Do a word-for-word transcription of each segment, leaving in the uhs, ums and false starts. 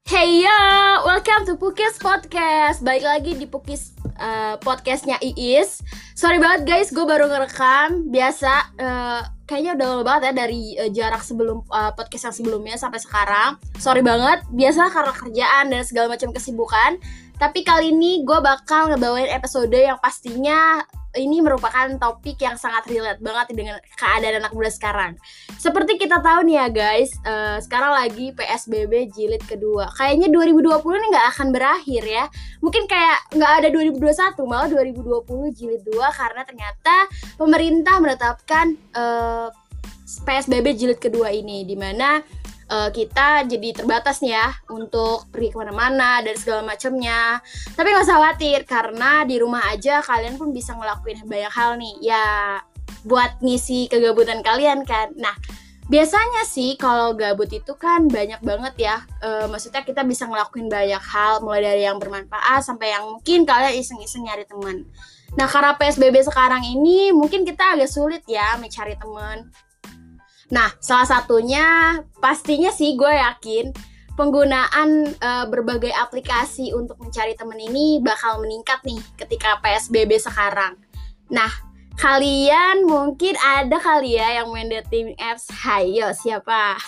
Hey yo, welcome to Pukis Podcast. Balik lagi di Pukis uh, podcastnya Iis. Sorry banget guys, gue baru ngerekam. Biasa, uh, kayaknya udah lama banget ya dari uh, jarak sebelum uh, podcast yang sebelumnya sampai sekarang. Sorry banget, biasa karena kerjaan dan segala macam kesibukan. Tapi kali ini gue bakal ngebawain episode yang pastinya ini merupakan topik yang sangat relate banget dengan keadaan anak muda sekarang. Seperti kita tahu nih ya guys, uh, sekarang lagi P S B B jilid kedua. Kayaknya dua ribu dua puluh ini gak akan berakhir ya. Mungkin kayak gak ada dua ribu dua puluh satu, malah dua ribu dua puluh jilid dua. Karena ternyata pemerintah menetapkan uh, P S B B jilid kedua ini, dimana Uh, kita jadi terbatas nih ya untuk pergi kemana-mana dan segala macamnya. Tapi gak usah khawatir, karena di rumah aja kalian pun bisa ngelakuin banyak hal nih ya, buat ngisi kegabutan kalian kan. Nah biasanya sih kalau gabut itu kan banyak banget ya, uh, maksudnya kita bisa ngelakuin banyak hal, mulai dari yang bermanfaat sampai yang mungkin kalian iseng-iseng nyari teman. Nah karena P S B B sekarang ini mungkin kita agak sulit ya mencari teman. Nah, salah satunya pastinya sih gue yakin penggunaan uh, berbagai aplikasi untuk mencari teman ini bakal meningkat nih ketika P S B B sekarang. Nah, kalian mungkin ada kali ya yang main dating apps. Hayo, siapa?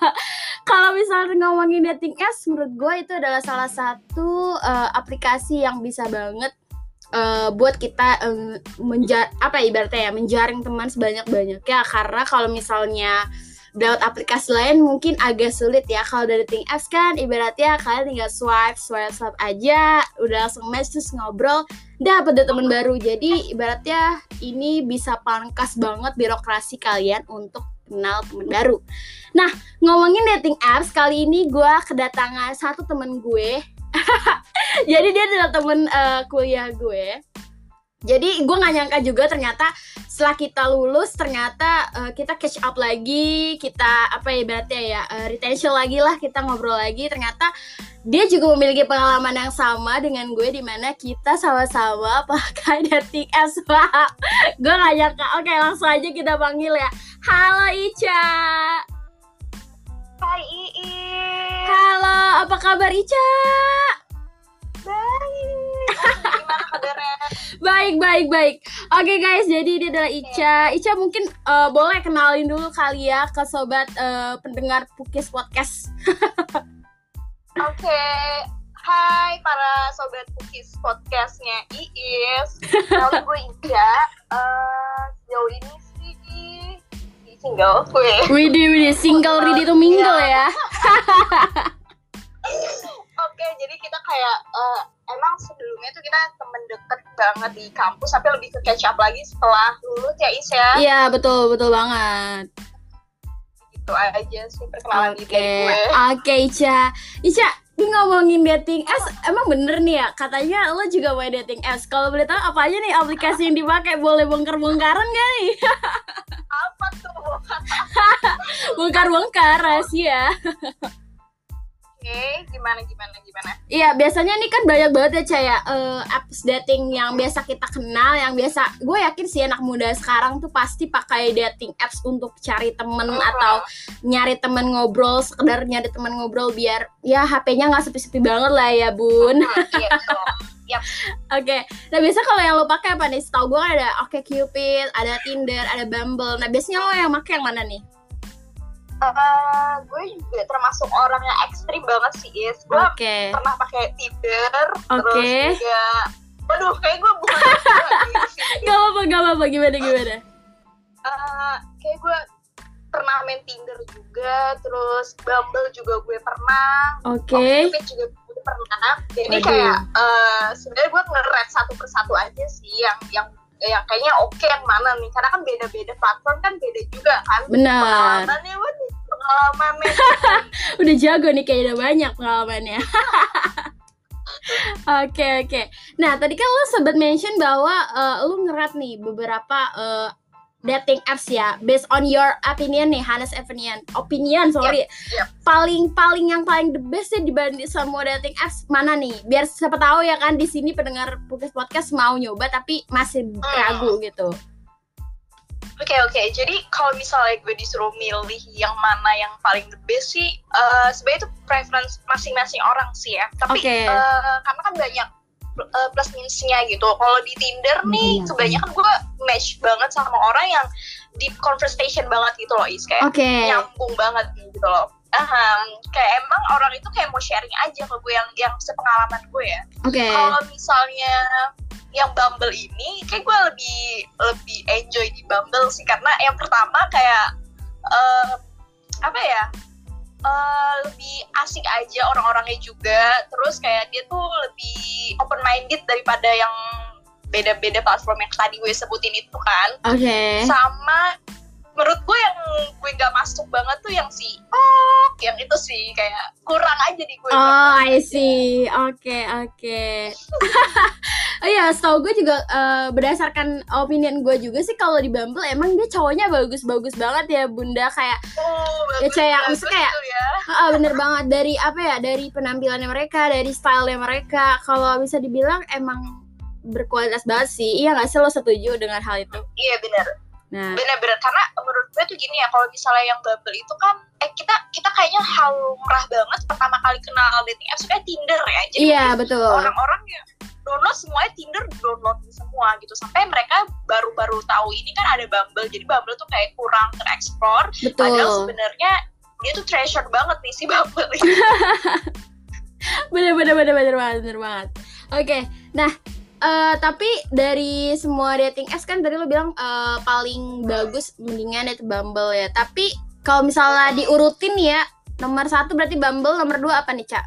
Kalau misalnya ngomongin dating apps, menurut gue itu adalah salah satu uh, aplikasi yang bisa banget Uh, buat kita um, menja- apa ibaratnya ya menjaring teman sebanyak-banyaknya. Karena kalau misalnya lewat aplikasi lain mungkin agak sulit ya. Kalau dari dating apps kan ibaratnya kalian tinggal swipe swipe swipe aja, udah langsung match terus ngobrol, dapet deh teman baru. Jadi ibaratnya ini bisa pangkas banget birokrasi kalian untuk kenal teman baru. Nah ngomongin dating apps, kali ini gue kedatangan satu temen gue. Jadi dia adalah temen uh, kuliah gue. Jadi gue gak nyangka juga ternyata setelah kita lulus ternyata uh, kita catch up lagi, kita apa ya ibaratnya ya uh, retention lagi lah, kita ngobrol lagi. Ternyata dia juga memiliki pengalaman yang sama dengan gue, dimana kita sama-sama pakai dating apps. Gue gak nyangka. Oke langsung aja kita panggil ya. Halo Ica. Hai Iis. Halo, apa kabar Ica? Baik. Gimana kabarnya? Baik, baik, baik. Oke guys, jadi dia adalah Ica. Ica mungkin uh, boleh kenalin dulu kali ya ke sobat uh, pendengar Pukis Podcast. Oke, hai para sobat Pukis Podcastnya Iis. Kenalin gue Ica. Uh, sejauh ini sih single. Widih, widih, single ready to mingle ya. Oke, jadi kita kayak uh, emang sebelumnya tuh kita temen deket banget di kampus, tapi lebih ke catch up lagi setelah lulus ya Is ya. Iya betul, betul banget. Gitu aja sih perkenalan okay. diri gue. Oke, okay, Ica. Ica, ini ngomongin dating apps, emang bener nih ya, katanya lo juga main dating apps. Kalau boleh tahu apa aja nih aplikasi yang dipakai, boleh bongkar-bongkaran gak nih? Apa tuh? Bongkar-bongkar rahasia. Oke, okay, gimana gimana gimana? Iya, biasanya nih kan banyak banget ya Caya uh, apps dating yang biasa kita kenal, yang biasa gue yakin sih anak muda sekarang tuh pasti pakai dating apps untuk cari temen uh-huh. atau nyari temen ngobrol, sekedar nyari temen ngobrol biar ya H P-nya nggak sepi-sepi banget lah ya Bun. Uh-huh, iya betul. Yep. Oke, okay. Nah biasa kalau yang lo pakai apa nih? Setahu gue ada OkCupid, ada Tinder, ada Bumble. Nah biasanya lo yang pakai yang mana nih? Uh, gue juga termasuk orang yang ekstrim banget sih Is. Gue okay. pernah pakai Tinder, okay. terus juga, waduh kayak gue bukan. Gak apa-apa, gak apa-apa, gimana gimana? Uh, kayak gue pernah main Tinder juga, terus Bumble juga gue pernah, Oke. Okay. OkCupid juga gue pernah. Jadi Aduh. kayak uh, sebenarnya gue nge-rate satu persatu aja sih yang yang yang kayaknya oke okay yang mana nih, karena kan beda-beda platform kan beda juga kan. Benar. Pengalamannya waduh, pengalamannya. Udah jago nih, kayaknya udah banyak pengalamannya. Oke okay, oke. Okay. Nah tadi kan lo sempat mention bahwa uh, lo ngerat nih beberapa uh, dating apps ya, based on your opinion nih, Hannes opinion, opinion sorry, yep, yep. paling paling yang paling the best ya dibanding semua dating apps mana nih? Biar siapa tahu ya kan di sini pendengar Pukis Podcast mau nyoba tapi masih ragu hmm. gitu. Oke, Oke okay, oke, okay. Jadi kalau misalnya gue disuruh milih yang mana yang paling the best sih, uh, sebenarnya itu preference masing-masing orang sih ya. Tapi okay. uh, karena kan banyak uh, plus minusnya gitu. Kalau di Tinder nih, hmm, kebanyakan gue match banget sama orang yang deep conversation banget gitu loh, Is, kayak okay. nyambung banget gitu loh. Um, kayak emang orang itu kayak mau sharing aja ke gue yang yang sepengalaman gue ya. Oke. Okay. Kalau misalnya yang Bumble ini kayak gue lebih lebih enjoy di Bumble sih, karena yang pertama kayak uh, apa ya uh, lebih asik aja orang-orangnya juga, terus kayak dia tuh lebih open minded daripada yang beda-beda platform yang tadi gue sebutin itu kan. Oke. Okay. Sama menurut gue yang gue nggak masuk banget tuh yang si oh yang itu sih kayak kurang aja di gue. Oh I see, oke okay, oke. Okay. Oh iya, setahu gue juga uh, berdasarkan opinion gue juga sih kalau di Bumble emang dia cowoknya bagus-bagus banget ya Bunda, kayak oh, bagus, ya kayak maksudnya kayak ya. uh, bener banget dari apa ya, dari penampilannya mereka, dari stylenya mereka, kalau bisa dibilang emang berkualitas banget sih. Iya nggak sih, lo setuju dengan hal itu? Iya benar. Nah, benar-benar karena menurut gue tuh gini ya, kalau misalnya yang Bumble itu kan eh kita kita kayaknya hal murah banget pertama kali kenal dating apps kayak Tinder ya. Jadi iya, betul. Orang-orang yang download semuanya Tinder, download semua gitu, sampai mereka baru-baru tahu ini kan ada Bumble. Jadi Bumble tuh kayak kurang tereksplor. Padahal sebenarnya dia tuh treasure banget nih si Bumble ini. Bener-bener bener-bener banget, bener banget. Oke, okay, nah Uh, tapi dari semua dating apps kan tadi lo bilang uh, paling bagus mendingan itu Bumble ya. Tapi kalau misalnya diurutin ya, nomor satu berarti Bumble, nomor dua apa nih, Cak?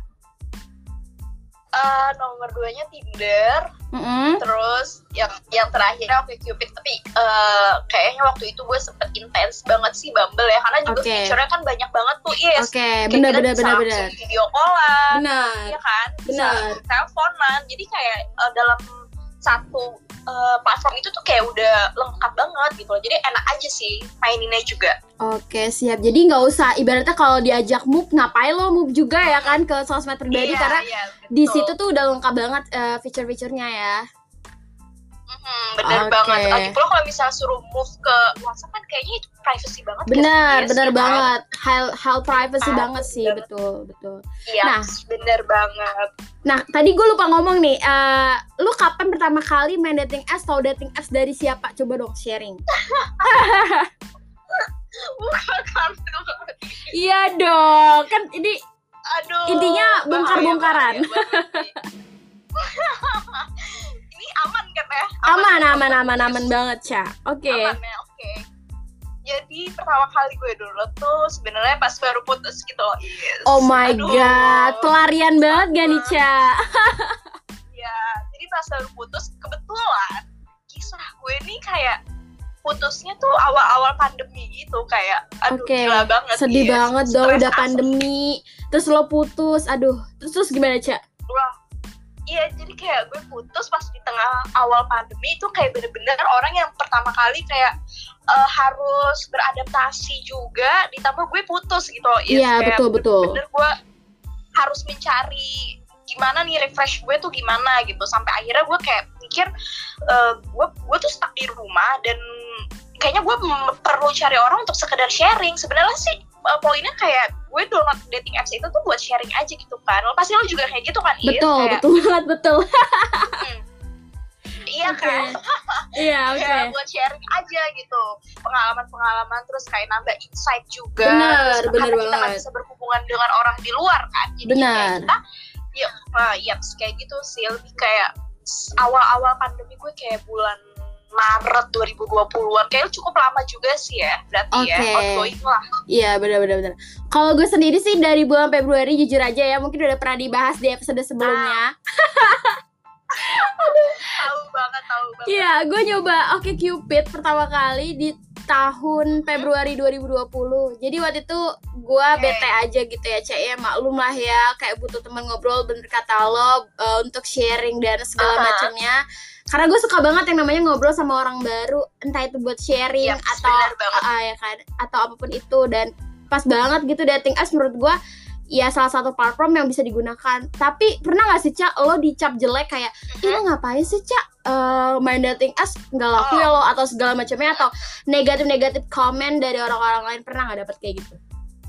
Uh, nomor duanya Tinder, mm-hmm. terus yang yang terakhir OkCupid. Tapi uh, kayaknya waktu itu gue sempet intens banget sih Bumble ya, karena juga okay. feature-nya kan banyak banget tuh, yes. Oke, okay. benar-benar benar-benar. Video callan, benar, ya kan, benar. Teleponan. Jadi kayak uh, dalam satu uh, platform itu tuh kayak udah lengkap banget gitu loh. Jadi enak aja sih maininnya juga. Oke, siap. Jadi nggak usah ibaratnya kalau diajak move, ngapain lo move juga ya kan ke sosmed pribadi, iya, karena iya, di situ tuh udah lengkap banget uh, fitur-fiturnya ya. Mm-hmm, bener okay. banget. Lagi pula kalau misalnya suruh move ke WhatsApp kan kayaknya itu privacy banget. Bener, ya, bener banget. Hal hal privacy ah, banget sih, bener. betul, betul. Iya, nah, bener banget. Nah, tadi gue lupa ngomong nih. Uh, lu kapan pertama kali main dating apps atau dating apps dari siapa? Coba dong sharing. Bukan kartu. Iya dong, kan ini. Aduh. Intinya bongkar-bongkaran. Aman kan ya? Aman, aman, aman, aman, aman banget, Ca. Oke. Okay. Aman ya, oke. Okay. Jadi pertama kali gue dulu tuh sebenarnya pas baru putus gitu loh. Yes. Oh my Aduh. god, pelarian banget gak nih, Ca? Ya, jadi pas baru putus kebetulan kisah gue nih kayak putusnya tuh awal-awal pandemi gitu, kayak aduh okay. gila banget. Sedih yes. banget dong, udah pandemi, terus lo putus, aduh, terus terus gimana, Ca? Wah. Iya, jadi kayak gue putus pas di tengah awal pandemi itu kayak bener-bener orang yang pertama kali kayak uh, harus beradaptasi juga, ditambah gue putus gitu. Iya, yes, betul-betul. Bener-bener gue harus mencari gimana nih refresh gue tuh gimana gitu, sampai akhirnya gue kayak mikir uh, gue gue tuh stuck di rumah dan kayaknya gue m- perlu cari orang untuk sekedar sharing. Sebenarnya sih uh, poinnya kayak gue download dating apps itu tuh buat sharing aja gitu kan. Pasti lo juga kayak gitu kan, Is? Betul, kayak, betul banget, betul. hmm, iya okay. kan? Iya, oke. Okay. Ya, buat sharing aja gitu. Pengalaman-pengalaman, terus kayak nambah insight juga. Bener, terus bener kita banget. Kita bisa berhubungan dengan orang di luar kan. Jadi bener. Kita, ya, nah, iya, kayak gitu sih. Lebih kayak awal-awal pandemi gue kayak bulan Maret dua ribu dua puluhan, kayaknya cukup lama juga sih ya, berarti okay. ya, ongoing lah. Iya, benar-benar. Kalau gue sendiri sih dari bulan Februari, jujur aja ya, mungkin udah pernah dibahas di episode sebelumnya. Tahu banget, tahu banget. Iya, gue nyoba OkCupid pertama kali di tahun Februari dua ribu dua puluh. Jadi waktu itu gue okay. bete aja gitu ya, Cek ya, maklum lah ya, kayak butuh teman ngobrol, bener kata lo, uh, untuk sharing dan segala uh-huh. macamnya. Karena gue suka banget yang namanya ngobrol sama orang baru, entah itu buat sharing yep, atau uh, ya kan, atau apapun itu. Dan pas banget gitu dating apps menurut gue ya salah satu platform yang bisa digunakan. Tapi pernah nggak sih, Cak, lo dicap jelek kayak ih lo ngapain sih, Cak, uh, main dating apps nggak laku ya lo atau segala macamnya, atau negatif-negatif komen dari orang-orang lain, pernah nggak dapet kayak gitu?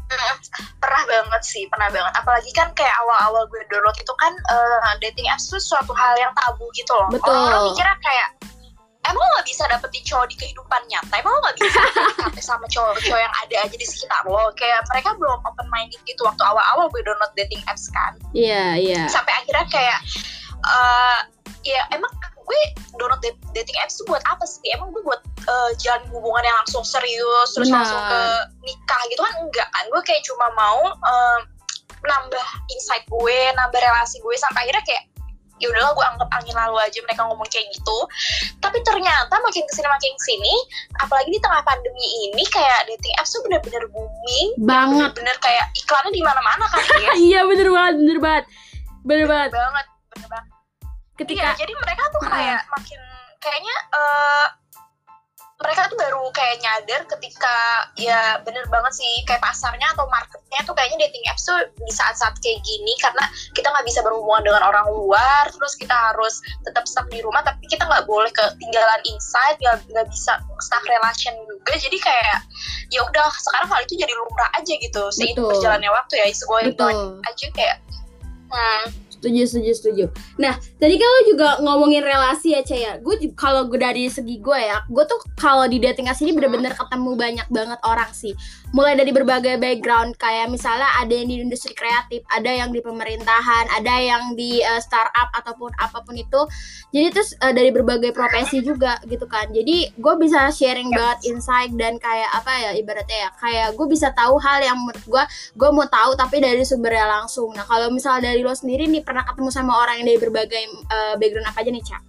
Pernah banget sih, pernah banget. Apalagi kan kayak awal-awal gue download itu kan uh, dating apps tuh suatu hal yang tabu gitu loh. Betul. Orang mikirnya kayak emang lo gak bisa dapetin cowok di kehidupan nyata, emang lo gak bisa P D K T sama cowok-cowok yang ada aja di sekitar lo. Kayak mereka belum open minded gitu waktu awal-awal gue download dating apps kan. Iya, yeah, iya. Yeah. Sampai akhirnya kayak uh, ya emang gue download dating apps tuh buat apa sih? Emang gue buat uh, jalan hubungan yang langsung serius terus Benar. langsung ke nikah gitu kan? Enggak kan, gue kayak cuma mau uh, nambah insight gue, nambah relasi gue, sampai akhirnya kayak ya udahlah gue anggap angin lalu aja mereka ngomong kayak gitu. Tapi ternyata makin kesini makin kesini, apalagi di tengah pandemi ini, kayak dating apps tuh bener-bener booming banget, bener-bener kayak iklannya di mana-mana kan ya. Iya bener banget, bener banget, bener banget, bener banget, bener banget. Ketika iya, jadi mereka tuh kayak uh. makin kayaknya uh, mereka tuh baru kayak nyadar ketika ya bener banget sih kayak pasarnya atau marketnya tuh kayaknya dating apps tuh di saat-saat kayak gini, karena kita nggak bisa berhubungan dengan orang luar, terus kita harus tetap stuck di rumah, tapi kita nggak boleh ketinggalan insight, nggak bisa stuck relation juga. Jadi kayak ya udah sekarang hal itu jadi lumrah aja gitu seiring berjalannya waktu ya, is going on aja kayak hmm. Setuju, setuju, setuju. Nah, tadi kan lo juga ngomongin relasi ya, Caya. Gue kalau gue dari segi gue ya, gue tuh kalau di dating apps ini bener-bener ketemu banyak banget orang sih. Mulai dari berbagai background, kayak misalnya ada yang di industri kreatif, ada yang di pemerintahan, ada yang di uh, startup ataupun apapun itu. Jadi terus uh, dari berbagai profesi juga gitu kan. Jadi gue bisa sharing banget insight dan kayak apa ya ibaratnya ya, kayak gue bisa tahu hal yang menurut gue gue mau tahu tapi dari sumbernya langsung. Nah, kalau misalnya dari lo sendiri nih, pernah ketemu sama orang yang dari berbagai uh, background apa aja nih, Cak?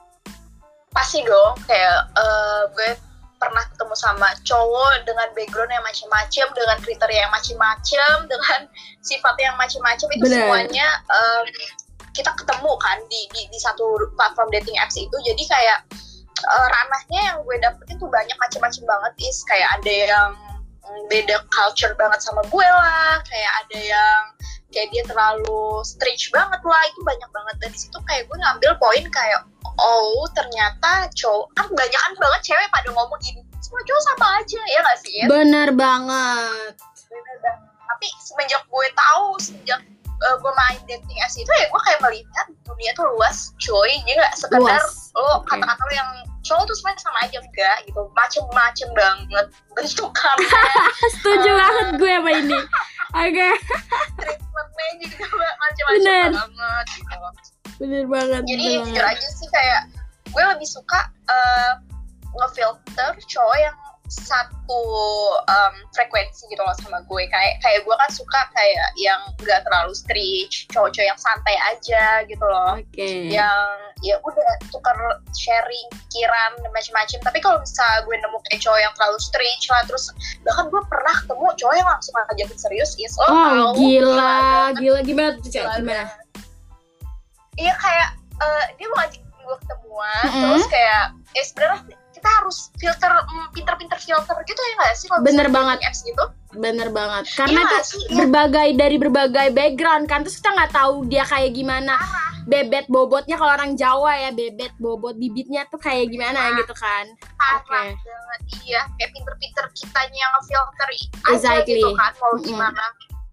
Pasti dong, kayak uh, gue pernah ketemu sama cowok dengan background yang macam-macam, dengan kriteria yang macam-macam, dengan sifat yang macam-macam. Itu Bener. semuanya um, kita ketemu kan di, di di satu platform dating apps itu. Jadi kayak uh, ranahnya yang gue dapetin tuh banyak macam-macam banget, is kayak ada yang beda culture banget sama gue lah, kayak ada yang kayak dia terlalu stretch banget lah, itu banyak banget. Dari situ kayak gue ngambil poin kayak oh ternyata cowok kan kebanyakan banget cewek pada ngomong gini, semua cowok sama aja ya nggak sih ya? Bener banget. Bener banget. Tapi semenjak gue tahu, sejak uh, gue main dating apps itu ya gue kayak melihat dunia tuh luas coy. Jadi nggak sekedar luas. Lo okay. kata-kata lo yang cowok tuh sebenarnya sama aja, enggak gitu, macem-macem banget bentukannya. Setuju uh, banget gue sama ini. Agak treatmentnya juga macem-macem banget gitu. Bener banget. Jadi bener jujur aja sih kayak gue lebih suka uh, ngefilter cowok yang satu um, frekuensi gitu loh sama gue. Kayak kayak gue kan suka kayak yang nggak terlalu stretch, cowok-cowok yang santai aja gitu loh. Okay. Yang ya udah tukar sharing pikiran macam-macam. Tapi kalau misalnya gue nemu kayak cowok yang terlalu stretch lah, terus bahkan gue pernah ketemu cowok yang langsung ngajakin serius, is lo oh, tahu gila gila gimana tuh Cak? Gimana? Iya kayak uh, dia mau ngajakin gue ketemuan, mm-hmm. terus kayak ya sebenarnya kita harus filter, mm, pinter-pinter filter gitu ya nggak sih? Bener banget. Apps gitu. Bener banget. Karena iya, tuh sih, berbagai ya. dari berbagai background kan, terus kita nggak tahu dia kayak gimana. Parah. Bebet bobotnya kalau orang Jawa ya, bebet bobot bibitnya tuh kayak gimana nah, gitu kan. Oke. Okay. Banget iya, kayak pinter-pinter kitanya yang ngefilter exactly. aja gitu kan mau mm-hmm. gimana.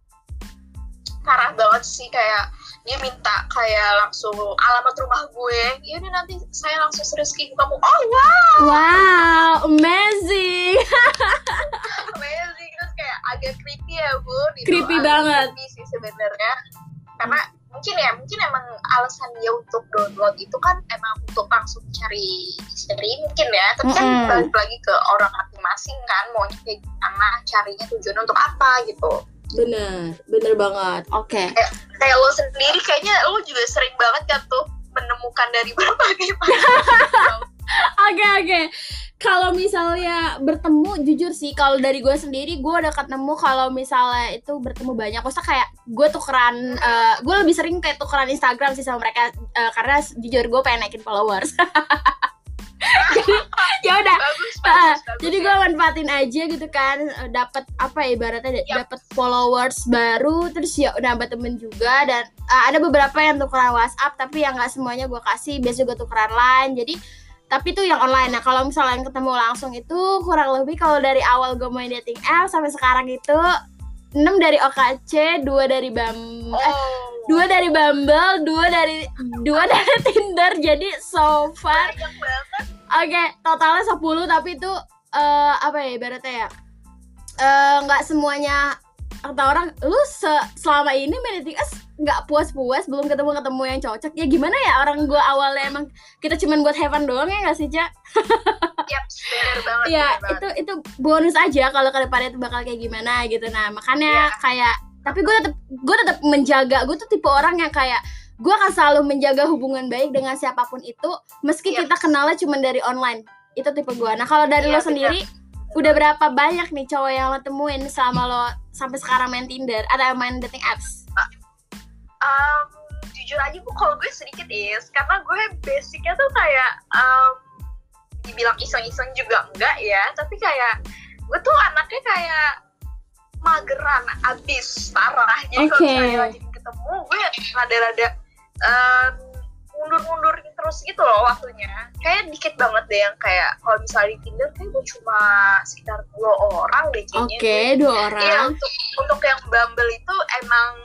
Parah banget sih, kayak dia minta kayak langsung alamat rumah gue, ya udah nanti saya langsung serius ke kamu. Oh wow, wow, amazing. Amazing, terus kayak agak creepy ya bu. Creepy banget. Creepy sih sebenarnya, karena mungkin ya mungkin emang alasan dia untuk download itu kan emang untuk langsung cari istri mungkin ya, tapi kan mm-hmm. balik lagi ke orang masing-masing kan maunya kayak gimana, carinya tujuan untuk apa gitu. Bener, bener banget. Oke. Okay. Kayak, kayak lo sendiri kayaknya lo juga sering banget kan tuh menemukan dari berbagai macam. Oke oke. Kalau misalnya bertemu, jujur sih kalau dari gue sendiri gue udah ketemu kalau misalnya itu bertemu banyak. Maksudnya kayak gue tukeran, uh, gue lebih sering kayak tukeran Instagram sih sama mereka uh, karena jujur gue pengen naikin followers. Jadi ya udah, uh, Jadi gue manfaatin aja gitu kan, dapat apa ya ibaratnya yep. dapat followers baru, terus ya nambah temen juga, dan uh, ada beberapa yang tukeran WhatsApp tapi yang nggak semuanya gue kasih, biasanya gue tukeran line. Jadi tapi itu yang online. Nah kalau misalnya ketemu langsung itu kurang lebih kalau dari awal gue main dating app sampai sekarang itu enam dari O K C, dua dari Bumble, oh. eh, dua dari Bumble, dua dari dua dari Tinder. Jadi so far oke, okay, totalnya sepuluh, tapi itu uh, apa ya ibaratnya ya nggak uh, semuanya kata orang lu se- selama ini main dating apps nggak puas-puas, belum ketemu-ketemu yang cocok. Ya gimana ya, orang gue awalnya emang kita cuman buat have fun doang ya nggak sih, Ca? Yap, bener banget. Ya bener itu itu bonus aja kalau kedepannya itu bakal kayak gimana gitu. Nah makanya yeah. kayak, tapi gue tetap gue tetap menjaga, gue tuh tipe orang yang kayak gue akan selalu menjaga hubungan baik dengan siapapun itu, meski yep. kita kenalnya cuma dari online. Itu tipe gue. Nah kalau dari yeah, lo sendiri, bener. udah berapa banyak nih cowok yang lo temuin selama lo sampai sekarang main Tinder atau main dating apps? Um, jujur aja gue kalau gue sedikit is, karena gue basicnya tuh kayak um, dibilang iseng-iseng juga enggak ya, tapi kayak gue tuh anaknya kayak mageran abis parah. Jadi okay. kalau misalnya lagi ketemu gue rada-rada um, mundur-mundur terus gitu loh waktunya. Kayak dikit banget deh yang kayak kalau misalnya di Tinder kayak gue cuma sekitar dua orang deh kayaknya. Oke, okay, dua orang. Iya, untuk untuk yang Bumble itu emang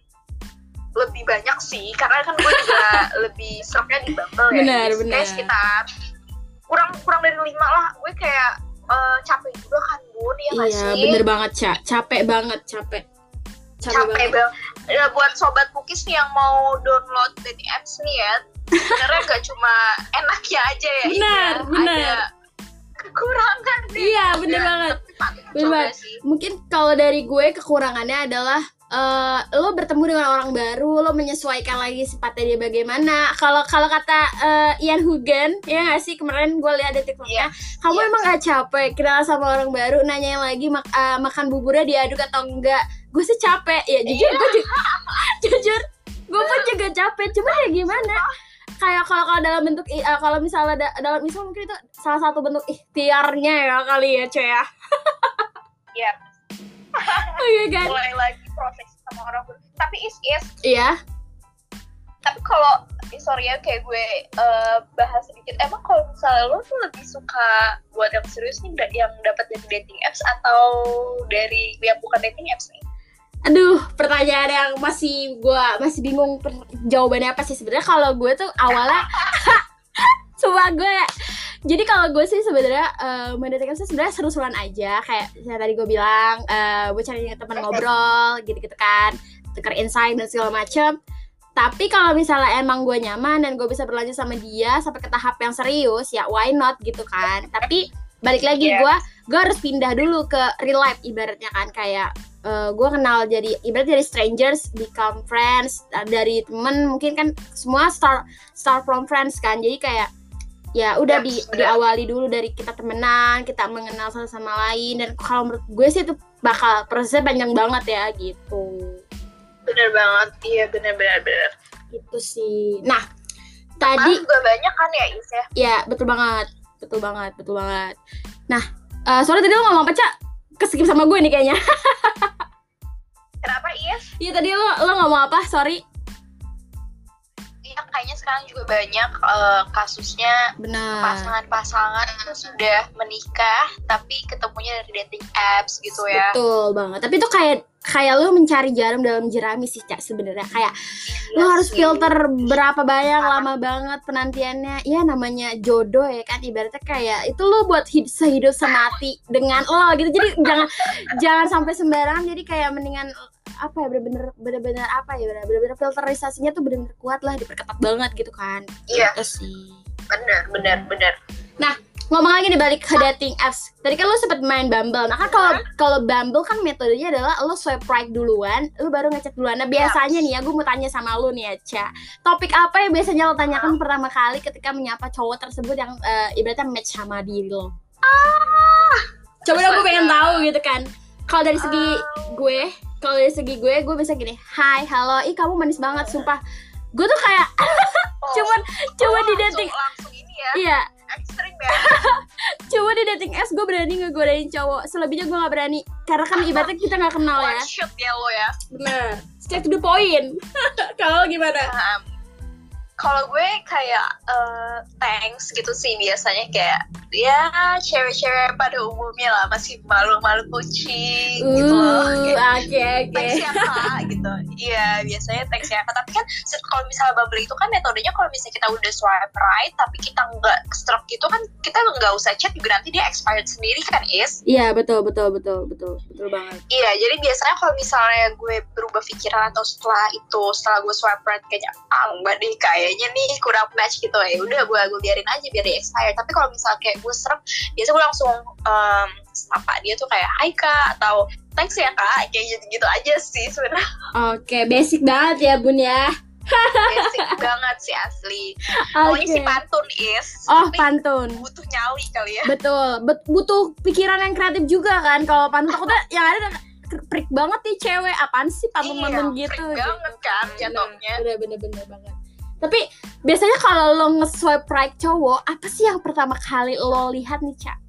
lebih banyak sih, karena kan gue juga lebih seraknya di Bumble ya. Benar, benar. Kayak sekitar kurang kurang dari lima lah. Gue kayak uh, capek juga kan Bun, ya nggak iya, sih? Iya bener banget, Ca. Capek banget, capek. Capek, capek banget. Ya, buat sobat Pukis nih yang mau download dating apps nih ya, sebenarnya gak cuma enaknya aja ya. Benar, ya. benar. Ada kekurangan deh. Iya, bener ya, banget. Bener banget. Mungkin kalau dari gue kekurangannya adalah Uh, lo bertemu dengan orang baru, lo menyesuaikan lagi sifatnya dia bagaimana. Kalau kalau kata uh, Ian Hugen, ya nggak sih, kemarin gue lihat di TikToknya, yeah. kamu yeah. emang gak capek kenalan sama orang baru, nanyain lagi mak- uh, makan buburnya diaduk atau enggak? Gue sih capek, ya jujur yeah. gue juga, jujur gue pun juga capek. Cuma ya gimana? Kayak kalau kalau dalam bentuk uh, kalau misalnya da- dalam misal mungkin itu salah satu bentuk ikhtiarnya ya kali ya, cuy ya. Iya. Oh iya kan. Mulai lagi proses sama orang baru. Tapi is is. Iya. Tapi kalau sorry ya kayak gue uh, bahas sedikit. Emang kalau misalnya lo tuh lebih suka buat yang serius nih yang dapat dari dating apps atau dari yang bukan dating apps nih? Aduh, pertanyaan yang masih gue masih bingung per- jawabannya apa sih sebenarnya. Kalau gue tuh awalnya coba gue jadi kalau gue sih sebenarnya uh, main dating apps sebenarnya seru-seruan aja, kayak yang tadi gue bilang, uh, gue cari teman ngobrol gitu-gitu kan, tukar insight dan segala macem. Tapi kalau misalnya emang gue nyaman dan gue bisa berlanjut sama dia sampai ke tahap yang serius, ya why not gitu kan. Tapi balik lagi yeah. gue gue harus pindah dulu ke real life ibaratnya kan, kayak uh, gue kenal jadi ibaratnya dari strangers become friends, dari temen mungkin kan semua start start from friends kan. Jadi kayak ya udah ya, di, diawali dulu dari kita temenan, kita mengenal satu sama lain, dan kalau menurut gue sih itu bakal prosesnya panjang banget ya gitu. Bener banget, iya bener-bener bener. Itu sih. Nah tadi juga banyak kan ya Is ya? Ya betul banget, betul banget, betul banget. Nah uh, soalnya tadi lo ngomong apa Cak? Keskip sama gue nih kayaknya. Kenapa Is? Iya tadi lo lo ngomong apa? Sorry. Kayaknya sekarang juga banyak uh, kasusnya. Benar. Pasangan-pasangan itu sudah menikah tapi ketemunya dari dating apps gitu ya. Betul banget. Tapi itu kayak kayak lo mencari jarum dalam jerami sih Cak sebenarnya. Kayak yes, lo harus filter berapa banyak, lama banget penantiannya. Ya namanya jodoh ya kan, ibaratnya kayak itu lo buat hid- sehidup semati dengan lo gitu. Jadi jangan jangan sampai sembarangan. Jadi kayak mendingan apa ya, bener-bener bener-bener apa ya, bener-bener filterisasinya tuh bener-bener kuat lah, diperketat banget gitu kan. Iya gitu sih. Bener bener bener. Nah ngomong lagi nih balik ke dating apps. Tadi kan lo sempet main Bumble. Nah kan kalau kalau Bumble kan metodenya adalah lo swipe right duluan, lo baru ngechat duluan. Nah biasanya nih ya, gue mau tanya sama lo nih ya Ca, topik apa yang biasanya lo tanyakan pertama kali ketika menyapa cowok tersebut yang uh, ibaratnya match sama diri lo? Ah, coba dong, gue pengen tahu gitu kan. Kalau dari segi gue, kalau dari segi gue, gue bisa gini, hai, halo, ih kamu manis banget, sumpah. Gue tuh kayak, oh, cuman, oh, cuman di langsung, dating, langsung ini ya, iya, ekstrim ya. Coba di dating apps gue berani ngegodain cowok, selebihnya gue nggak berani karena kan ibaratnya kita nggak kenal ya. One shot ya lo ya. Bener, straight to the point. Kalau gimana? Um, kalau gue kayak uh, thanks gitu sih biasanya, kayak ya cewek-cewek pada umumnya lah masih malu-malu kucing uh, gitu loh. Oke oke. Okay, thanks ya kak gitu. Iya biasanya thanks ya kak. Tapi kan kalau misalnya Bumble itu kan metodenya kalau misalnya kita udah swipe right tapi kita nggak struck gitu kan, kita nggak usah chat juga nanti dia expired sendiri kan Is. Iya betul betul betul betul betul banget. Iya jadi biasanya kalau misalnya gue berubah pikiran atau setelah itu setelah gue swipe right kayaknya ah mbak deh kayaknya nih kurang match gitu ya udah gue gue biarin aja biar dia expired. Tapi kalau misalnya kayak gue serem biasa gue langsung um, apa dia tuh kayak hai kak atau thanks ya kak, kayak gitu-gitu aja sih sebenarnya. Oke, basic banget ya bun ya. Basic banget sih asli. Pokoknya okay. si pantun Is. Oh pantun. Butuh nyali kali ya. Betul, Bet- butuh pikiran yang kreatif juga kan. Kalau pantun takutnya yang ada freak banget nih cewek, apaan sih pantun-pantun iya, gitu. Freak banget gitu. kan jatuhnya. Nah, bener-bener banget. Tapi biasanya kalau lo nge-swipe right cowok, apa sih yang pertama kali lo lihat nih, Ca?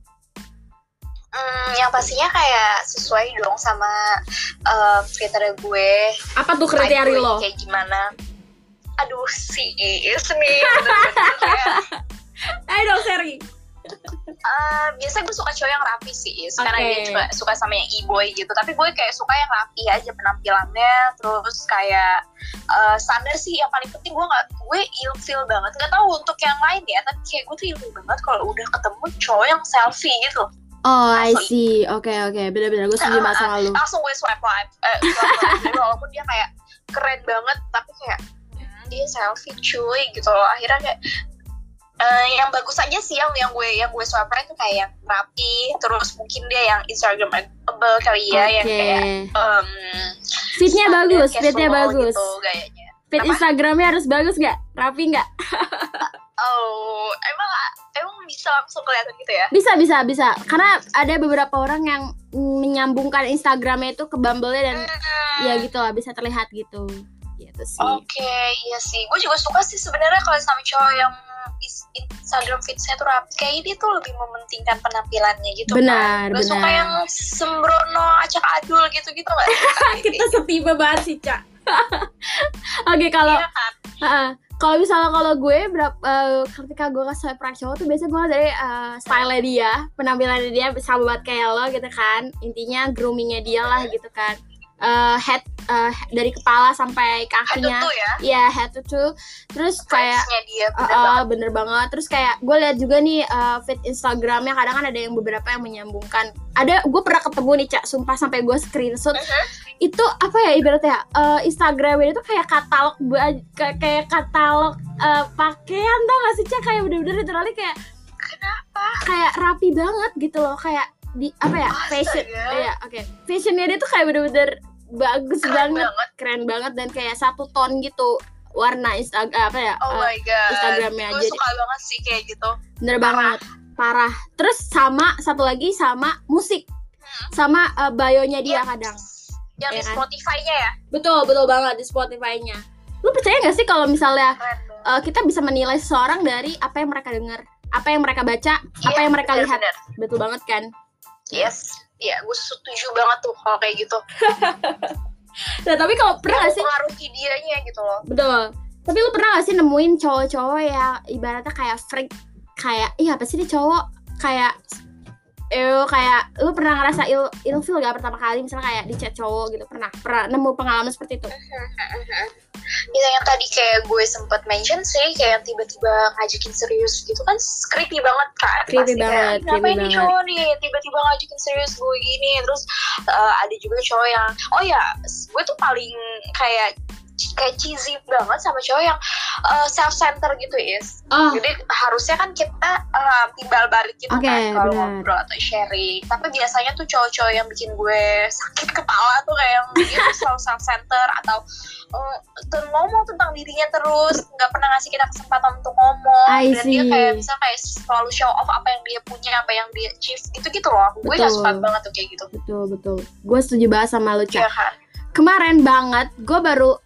Hmm, yang pastinya kayak sesuai dong sama uh, kriteria gue. Apa tuh kriteria lo? Kayak gimana? Aduh, si Is nih bener-bener kayak ayo dong, seri. Uh, biasa gue suka cowok yang rapi sih Is, okay. Karena dia juga suka sama yang e-boy gitu. Tapi gue kayak suka yang rapi aja penampilannya. Terus kayak uh, standar sih yang paling penting. Gue gak, gue ilfeel banget. Gak tahu untuk yang lain ya, tapi kayak gue tuh ilfeel banget kalau udah ketemu cowok yang selfie gitu. Oh I see, oke okay, oke okay. Bener-bener gue setuju uh, masalah uh, lu. Langsung gue swipe live uh, swipe live walaupun dia kayak keren banget. Tapi kayak hmm, dia selfie cuy gitu loh. Akhirnya kayak Uh, yang bagus aja sih yang yang gue yang gue swipe right tuh kayak yang rapi, terus mungkin dia yang Instagramable kali ya, okay. Yang kayak um, fitnya bagus, fitnya bagus, gitu, gayanya. Fit Instagramnya harus bagus nggak, rapi nggak? Oh emang emang bisa langsung kelihatan gitu ya? Bisa bisa bisa, karena ada beberapa orang yang menyambungkan Instagramnya itu ke Bumble-nya dan hmm. ya gitu lah bisa terlihat gitu. Gitu sih. Oke, okay, iya sih. Gue juga suka sih sebenarnya kalau sama cowok yang Instagram feeds-nya tuh rapi, kayak dia tuh lebih mementingkan penampilannya gitu. Benar, kan. Gak benar. suka yang sembrono, acak adul gitu-gitu gak suka. Kita setipe banget sih, Ca. Oke, kalau iya kan? uh, kalau misalnya kalau gue berapa uh, ketika gue ke swipe right cowok tuh biasanya gue dari uh, style-nya dia, penampilannya dia sama banget kayak lo gitu kan. Intinya grooming-nya dia lah gitu kan. Uh, head uh, dari kepala sampai kakinya, ya? Ya head to toe. Terus kayak dia bener, uh, uh, banget. bener banget. Terus kayak gue lihat juga nih uh, feed Instagramnya kadang kan ada yang beberapa yang menyambungkan. Ada gue pernah ketemu nih Cak, sumpah sampai gue screenshot. Uh-huh. Itu apa ya ibaratnya uh, Instagramnya itu kayak katalog kayak katalog uh, pakaian tau gak sih Cak, kayak bener-bener literally kayak kenapa? Kayak rapi banget gitu loh, kayak di apa ya Masa fashion ya? ya oke okay. Fashionnya dia tuh kayak bener-bener bagus keren banget, banget, keren banget dan kayak satu ton gitu warna Instagram apa ya oh uh, my God. Instagramnya aja. Gue suka banget sih kayak gitu. Bener parah. banget, parah. Terus sama satu lagi sama musik, hmm. sama uh, bio-nya dia yang, kadang. Yang ya di kan? Spotify-nya ya. Betul betul banget di Spotify-nya. Lu percaya nggak sih kalau misalnya uh, kita bisa menilai seseorang dari apa yang mereka dengar, apa yang mereka baca, yeah, apa yang mereka bener, lihat? Bener. Betul banget kan? Yes. Iya, gue setuju banget tuh kalau kayak gitu. Nah, tapi kalau pernah gak sih pengaruhi dianya gitu loh. Betul. Tapi lu pernah gak sih nemuin cowok-cowok yang ibaratnya kayak freak, kayak iya apa sih nih cowok kayak eh kayak lu pernah ngerasa il ilfeel gak pertama kali misalnya kayak di chat cowok gitu, pernah pernah nemu pengalaman seperti itu? Ya yang tadi kayak gue sempet mention sih, kayak yang tiba-tiba ngajakin serius gitu kan creepy banget kan. Creepy banget, kayak, ngapain nih cowok nih tiba-tiba ngajakin serius gue gini. Terus uh, ada juga cowok yang oh ya gue tuh paling kayak kayak cheesy banget sama cowok yang uh, self-center gitu Is. Oh. Jadi harusnya kan kita uh, timbal balik gitu okay, kan kalau ngobrol atau sharing. Tapi biasanya tuh cowok-cowok yang bikin gue sakit kepala tuh kayak yang gitu selalu self-center atau uh, ngomong tentang dirinya terus, nggak pernah ngasih kita kesempatan untuk ngomong. I Dan see. dia kayak bisa kayak selalu show off apa yang dia punya, apa yang dia achieve gitu-gitu loh. Betul. Gue gak suka banget tuh kayak gitu. Betul betul. Gue setuju banget sama lu Cak. Iya kan? Kemarin banget gue baru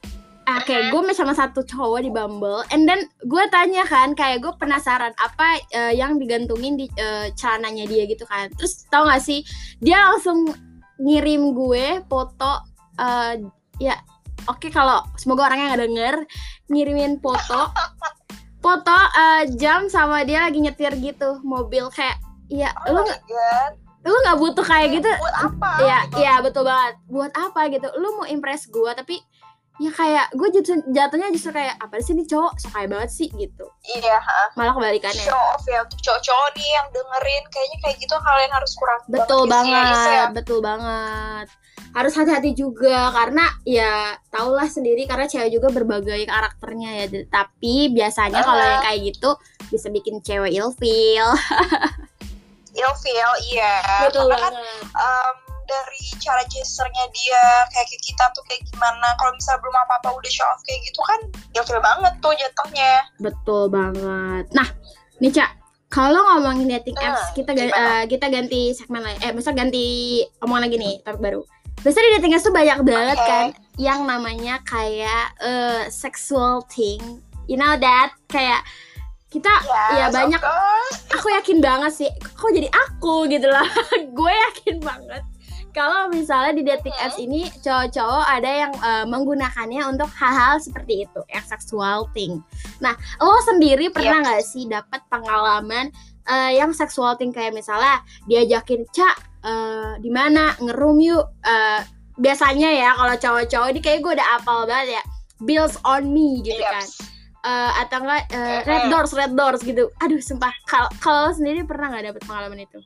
Oke, okay, gue sama satu cowok di Bumble, and then gue tanya kan, kayak gue penasaran apa uh, yang digantungin di uh, celananya dia gitu kan. Terus tau gak sih, dia langsung ngirim gue foto, uh, ya oke okay, kalau semoga orangnya nggak denger, ngirimin foto, foto uh, jam sama dia lagi nyetir gitu mobil kayak, ya oh lu nggak lu nggak butuh kayak gitu, buat apa? Ya, ya betul banget, buat apa gitu? Lu mau impress gue tapi ya kayak gue jatuh, jatuhnya justru kayak apa sih nih cowok suka banget sih gitu. Iya, ha. Malah kebalikannya. Show off ya untuk cowok-cowok nih yang dengerin, kayaknya kayak gitu kalian harus kurang. Betul banget, ya. betul banget. Harus hati-hati juga karena ya taulah sendiri karena cewek juga berbagai karakternya ya. Tapi biasanya uh-huh. kalau yang kayak gitu bisa bikin cewek ilfeel. Ilfeel, iya. Betul karena banget. Kan, um, dari cara gesturnya dia kayak ke kita tuh kayak gimana, kalau misalnya belum apa-apa udah show off kayak gitu kan ilfeel banget tuh jatuhnya. Betul banget. Nah nih Cak, kalau ngomongin dating apps hmm, kita ganti, uh, kita ganti segmen lain, eh maksudnya ganti omongan lagi nih, topik baru. Biasanya di dating apps tuh banyak banget okay. kan yang namanya kayak uh, sexual thing, you know that, kayak kita yes, ya banyak, aku yakin banget sih, kok jadi aku gitu lah. Gue yakin banget kalau misalnya di dating apps ini cowok-cowok ada yang uh, menggunakannya untuk hal-hal seperti itu, yang sexual thing. Nah, lo sendiri pernah nggak yep. sih dapat pengalaman uh, yang sexual thing kayak misalnya diajakin Cak uh, di mana ngeroom yuk? Uh, biasanya ya kalau cowok-cowok ini kayak gue udah apal banget ya, bills on me gitu yep. kan. Uh, atau enggak uh, red doors, red doors gitu. Aduh, sumpah. Kalau kalau sendiri pernah nggak dapet pengalaman itu?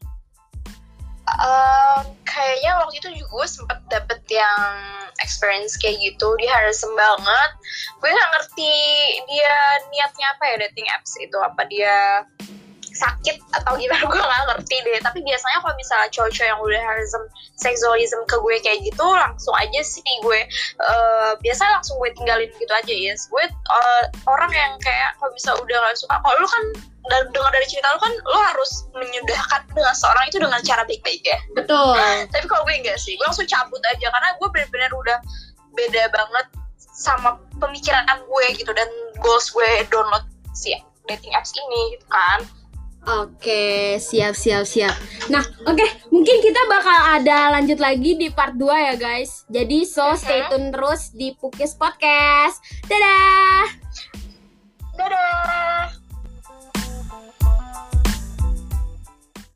Um, kayaknya waktu itu juga gue sempet dapet yang experience kayak gitu. Dia handsome banget. Gue nggak ngerti dia niatnya apa ya dating apps itu. Apa dia sakit atau gimana, gue nggak ngerti deh. Tapi biasanya kalau misalnya cowok-cowok yang udah handsome sexualism ke gue kayak gitu, langsung aja sih gue uh, biasanya langsung gue tinggalin gitu aja ya. Yes. Gue uh, orang yang kayak kalau misalnya udah nggak suka, kalau lu kan dan dengar dari cerita lu kan lu harus menyudahkan dengan seorang itu dengan cara baik-baik ya. Betul. Tapi kalau gue enggak sih, gue langsung cabut aja karena gue benar-benar udah beda banget sama pemikiran gue gitu, dan goals gue download si dating apps ini gitu kan. Oke, siap siap siap. Nah, oke, okay. mungkin kita bakal ada lanjut lagi di part dua ya guys. Jadi so stay tune terus di Pukis Podcast. Dadah. Dadah.